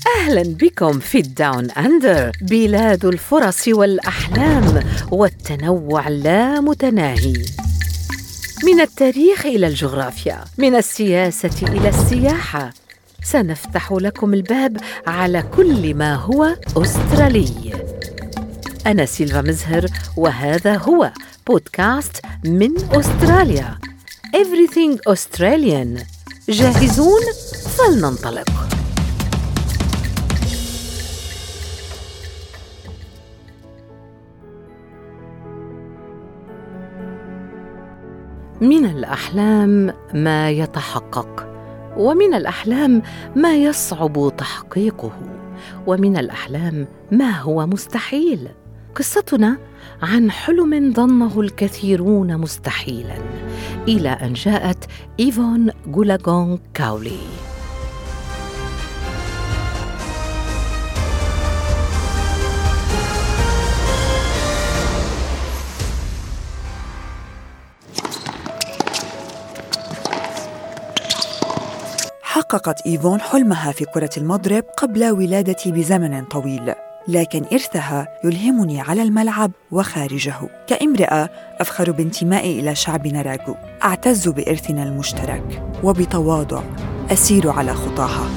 أهلاً بكم في الداون أندر، بلاد الفرص والأحلام والتنوع اللامتناهي. من التاريخ إلى الجغرافيا، من السياسة إلى السياحة، سنفتح لكم الباب على كل ما هو أسترالي. أنا سيلفا مزهر، وهذا هو بودكاست من أستراليا Everything Australian. جاهزون؟ فلننطلق. من الأحلام ما يتحقق، ومن الأحلام ما يصعب تحقيقه، ومن الأحلام ما هو مستحيل. قصتنا عن حلم ظنه الكثيرون مستحيلاً، إلى أن جاءت إيفون غولاغونغ كاولي. حققت إيفون حلمها في كرة المضرب قبل ولادتي بزمن طويل، لكن إرثها يلهمني على الملعب وخارجه. كامرأة أفخر بانتمائي إلى شعب نراغو، أعتز بإرثنا المشترك، وبتواضع أسير على خطاها.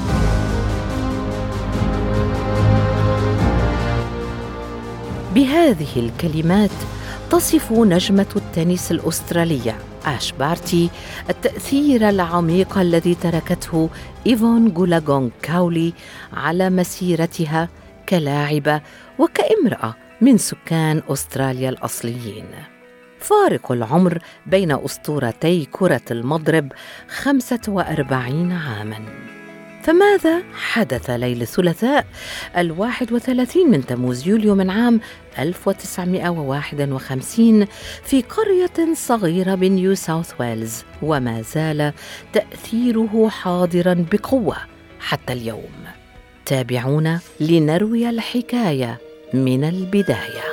بهذه الكلمات تصف نجمة التنس الأسترالية آش بارتي التأثير العميق الذي تركته إيفون غولاغونغ كاولي على مسيرتها كلاعبة وكامرأة من سكان أستراليا الأصليين. فارق العمر بين أسطورتي كرة المضرب 45 عاماً. فماذا حدث ليلة الثلاثاء 31 من تموز يوليو من عام 1951 في قرية صغيرة بنيو ساوث ويلز، وما زال تأثيره حاضراً بقوة حتى اليوم؟ تابعونا لنروي الحكاية من البداية.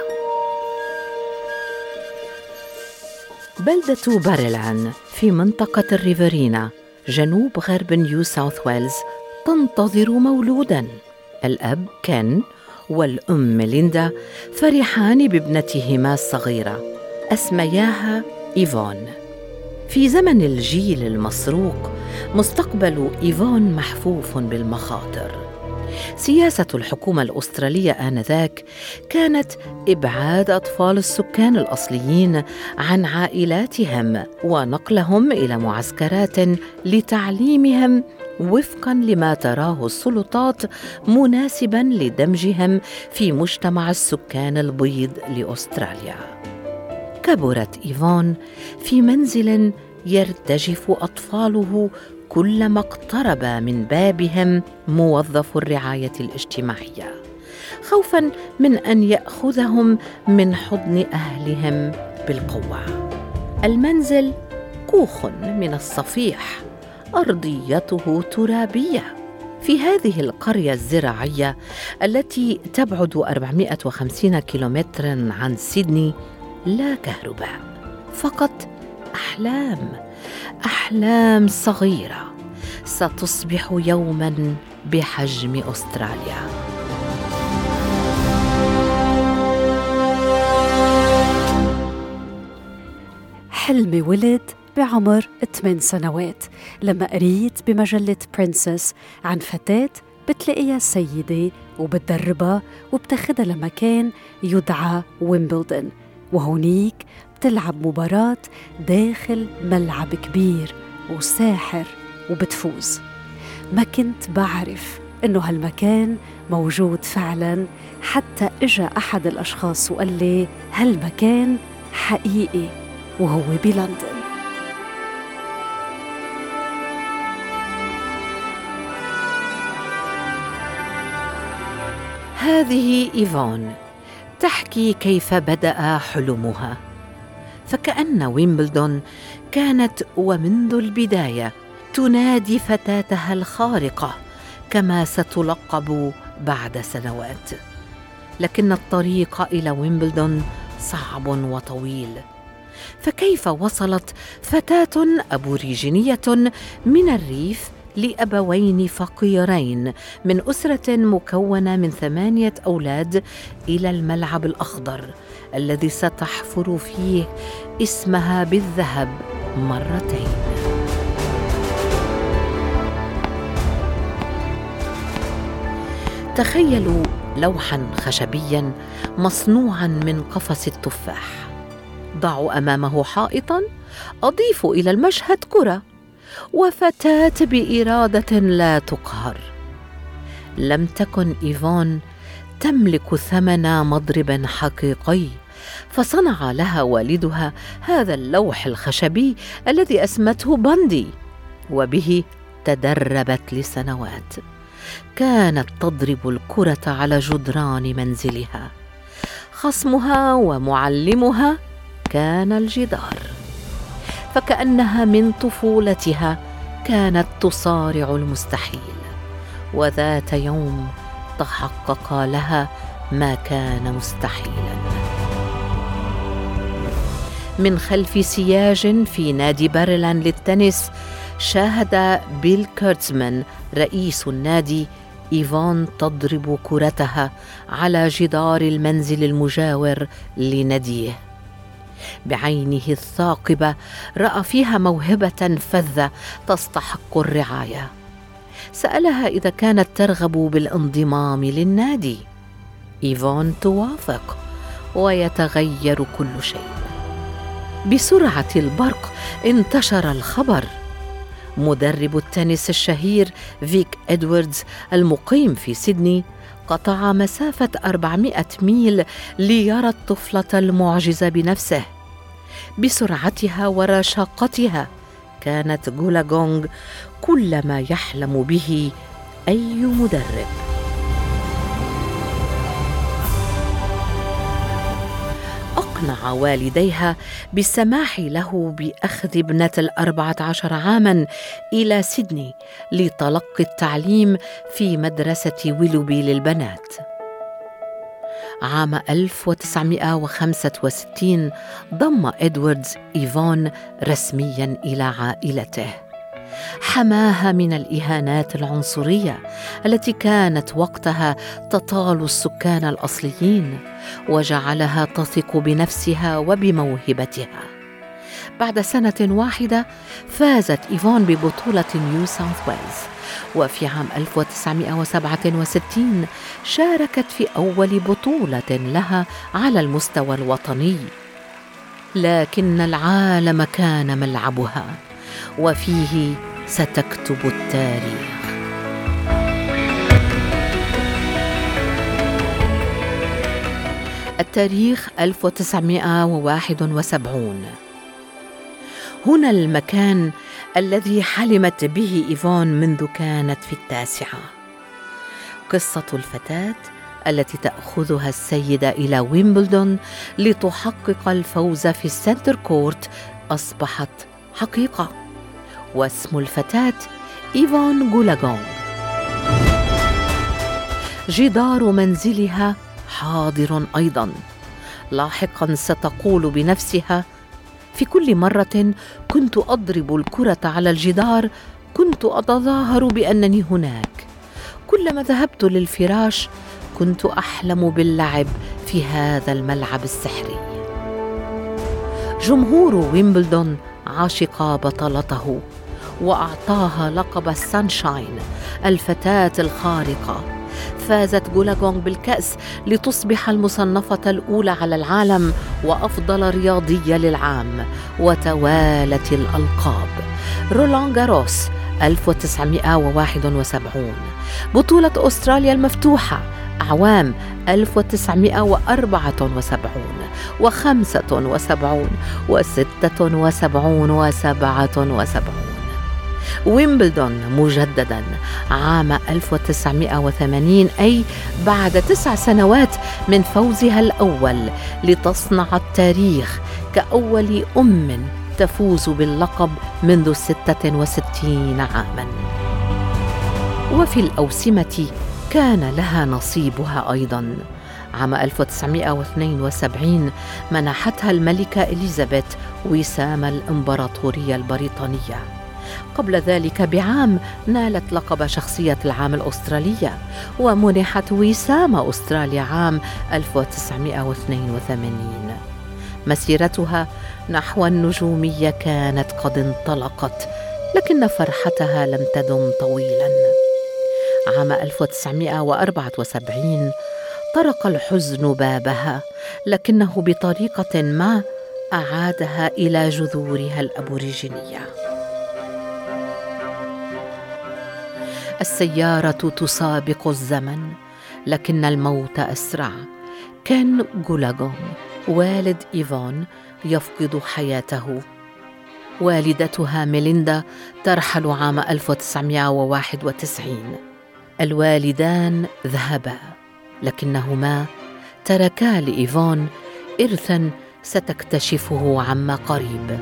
بلدة باريلان في منطقة الريفرينا جنوب غرب نيو ساوث ويلز تنتظر مولوداً. الأب كين والأم ميليندا فرحان بابنتهما الصغيرة، أسمياها إيفون. في زمن الجيل المسروق، مستقبل إيفون محفوف بالمخاطر. سياسة الحكومة الأسترالية آنذاك كانت إبعاد أطفال السكان الأصليين عن عائلاتهم ونقلهم إلى معسكرات لتعليمهم وفقاً لما تراه السلطات مناسباً لدمجهم في مجتمع السكان البيض لأستراليا. كبرت إيفون في منزل يرتجف أطفاله كلما اقترب من بابهم موظف الرعاية الاجتماعية، خوفاً من أن يأخذهم من حضن أهلهم بالقوة. المنزل كوخ من الصفيح، أرضيته ترابية. في هذه القرية الزراعية التي تبعد 450 كيلومتراً عن سيدني لا كهرباء، فقط أحلام صغيرة ستصبح يوماً بحجم أستراليا. حلمي ولد بعمر 8 سنوات لما قريت بمجلة برنسس عن فتاة بتلاقيها سيدة وبتدربها وبتاخدها لمكان يدعى ويمبلدون، وهونيك بتلعب مباراة داخل ملعب كبير وساحر وبتفوز. ما كنت بعرف إنه هالمكان موجود فعلاً، حتى إجا أحد الأشخاص وقال لي هالمكان حقيقي وهو بلندن. هذه إيفون تحكي كيف بدأ حلمها، فكأن ويمبلدون كانت ومنذ البداية تنادي فتاتها الخارقة كما ستلقب بعد سنوات. لكن الطريق إلى ويمبلدون صعب وطويل، فكيف وصلت فتاة أبوريجينية من الريف لأبوين فقيرين من أسرة مكونة من 8 أولاد إلى الملعب الأخضر الذي ستحفر فيه اسمها بالذهب مرتين. تخيلوا لوحاً خشبياً مصنوعاً من قفص التفاح، ضعوا أمامه حائطاً، أضيفوا إلى المشهد كرة وفتاة بإرادة لا تقهر. لم تكن إيفون تملك ثمن مضرب حقيقي، فصنع لها والدها هذا اللوح الخشبي الذي أسمته باندي، وبه تدربت لسنوات. كانت تضرب الكرة على جدران منزلها. خصمها ومعلمها كان الجدار، فكأنها من طفولتها كانت تصارع المستحيل، وذات يوم تحقق لها ما كان مستحيلا. من خلف سياج في نادي باريلاند للتنس، شاهد بيل كيرتزمان رئيس النادي إيفون تضرب كرتها على جدار المنزل المجاور لناديه. بعينه الثاقبة رأى فيها موهبة فذة تستحق الرعاية. سألها إذا كانت ترغب بالانضمام للنادي. إيفون توافق، ويتغير كل شيء. بسرعة البرق انتشر الخبر. مدرب التنس الشهير فيك إدواردز المقيم في سيدني قطع مسافة 400 ميل ليرى الطفلة المعجزة بنفسه. بسرعتها ورشاقتها كانت غولاغونغ كل ما يحلم به أي مدرب. أقنع والديها بالسماح له بأخذ ابنة 14 عاماً إلى سيدني لتلقي التعليم في مدرسة ويلوبي للبنات. عام 1965 ضم إدواردز إيفون رسمياً إلى عائلته. حماها من الإهانات العنصرية التي كانت وقتها تطال السكان الأصليين، وجعلها تثق بنفسها وبموهبتها. بعد سنة واحدة فازت إيفون ببطولة نيو ساوث ويلز، وفي عام 1967 شاركت في أول بطولة لها على المستوى الوطني. لكن العالم كان ملعبها، وفيه ستكتب التاريخ. التاريخ 1971. هنا المكان الذي حلمت به إيفون منذ كانت في 9. قصة الفتاة التي تأخذها السيدة إلى ويمبلدون لتحقق الفوز في السنتر كورت أصبحت حقيقة، واسم الفتاة إيفون غولاغونغ. جدار منزلها حاضر أيضاً. لاحقاً ستقول بنفسها: في كل مرة كنت أضرب الكرة على الجدار كنت أتظاهر بأنني هناك. كلما ذهبت للفراش كنت أحلم باللعب في هذا الملعب السحري. جمهور ويمبلدون عاشق بطلته وأعطاها لقب السانشاين، الفتاة الخارقة. فازت غولاغونغ بالكأس لتصبح المصنفة الأولى على العالم وأفضل رياضية للعام، وتوالت الألقاب: رولان جاروس 1971، بطولة أستراليا المفتوحة أعوام 1974 و75 و76 و77، ويمبلدون مجدداً عام 1980، أي بعد 9 سنوات من فوزها الأول، لتصنع التاريخ كأول أم تفوز باللقب منذ 66 عاماً. وفي الأوسمة كان لها نصيبها أيضاً. عام 1972 منحتها الملكة إليزابيث وسام الإمبراطورية البريطانية. قبل ذلك بعام نالت لقب شخصية العام الأسترالية، ومنحت وسام أستراليا عام 1982. مسيرتها نحو النجومية كانت قد انطلقت، لكن فرحتها لم تدم طويلاً. عام 1974 طرق الحزن بابها، لكنه بطريقة ما أعادها إلى جذورها الأبوريجينية. السيارة تسابق الزمن، لكن الموت أسرع. كان غولاغونغ والد إيفون يفقد حياته. والدتها ميليندا ترحل عام 1991. الوالدان ذهبا، لكنهما تركا لإيفون إرثاً ستكتشفه عما قريب.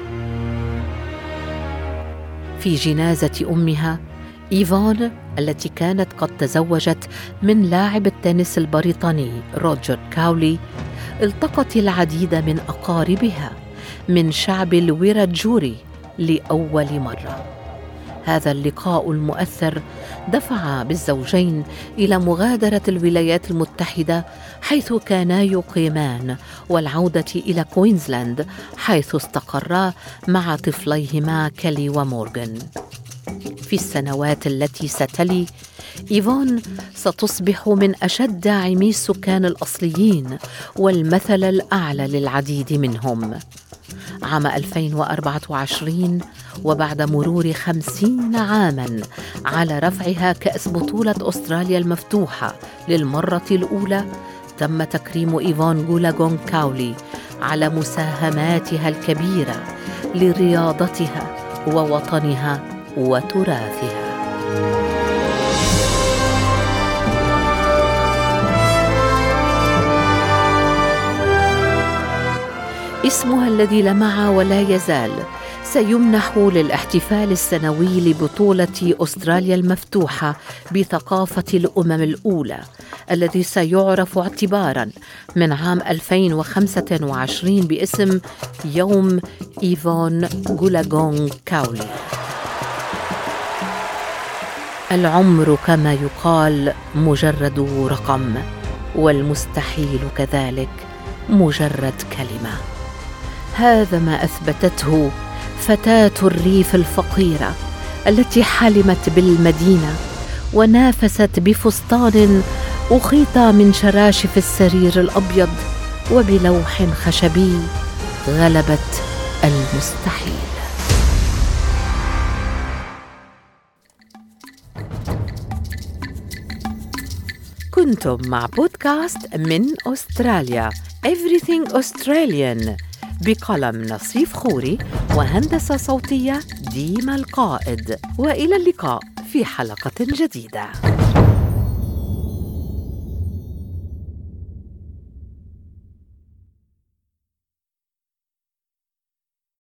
في جنازة أمها إيفون التي كانت قد تزوجت من لاعب التنس البريطاني روجر كاولي، التقت العديد من أقاربها من شعب الويراجوري لأول مرة. هذا اللقاء المؤثر دفع بالزوجين إلى مغادرة الولايات المتحدة حيث كانا يقيمان، والعودة إلى كوينزلاند حيث استقرا مع طفليهما كيلي ومورغان. في السنوات التي ستلي إيفون ستصبح من أشد داعمي السكان الأصليين والمثل الأعلى للعديد منهم. عام 2024 وبعد مرور 50 عاماً على رفعها كأس بطولة أستراليا المفتوحة للمرة الأولى، تم تكريم إيفون غولاغونغ كاولي على مساهماتها الكبيرة لرياضتها ووطنها وتراثها. اسمها الذي لمع ولا يزال سيمنح للاحتفال السنوي لبطولة أستراليا المفتوحة بثقافة الأمم الأولى، الذي سيعرف اعتباراً من عام 2025 باسم يوم إيفون غولاغونغ كاولي. العمر كما يقال مجرد رقم، والمستحيل كذلك مجرد كلمة. هذا ما أثبتته فتاة الريف الفقيرة التي حلمت بالمدينة ونافست بفستان أخيط من شراشف السرير الأبيض، وبلوح خشبي غلبت المستحيل. كنتم مع بودكاست من أستراليا Everything Australian بقلم نصيف خوري وهندسة صوتية ديما القائد. وإلى اللقاء في حلقة جديدة.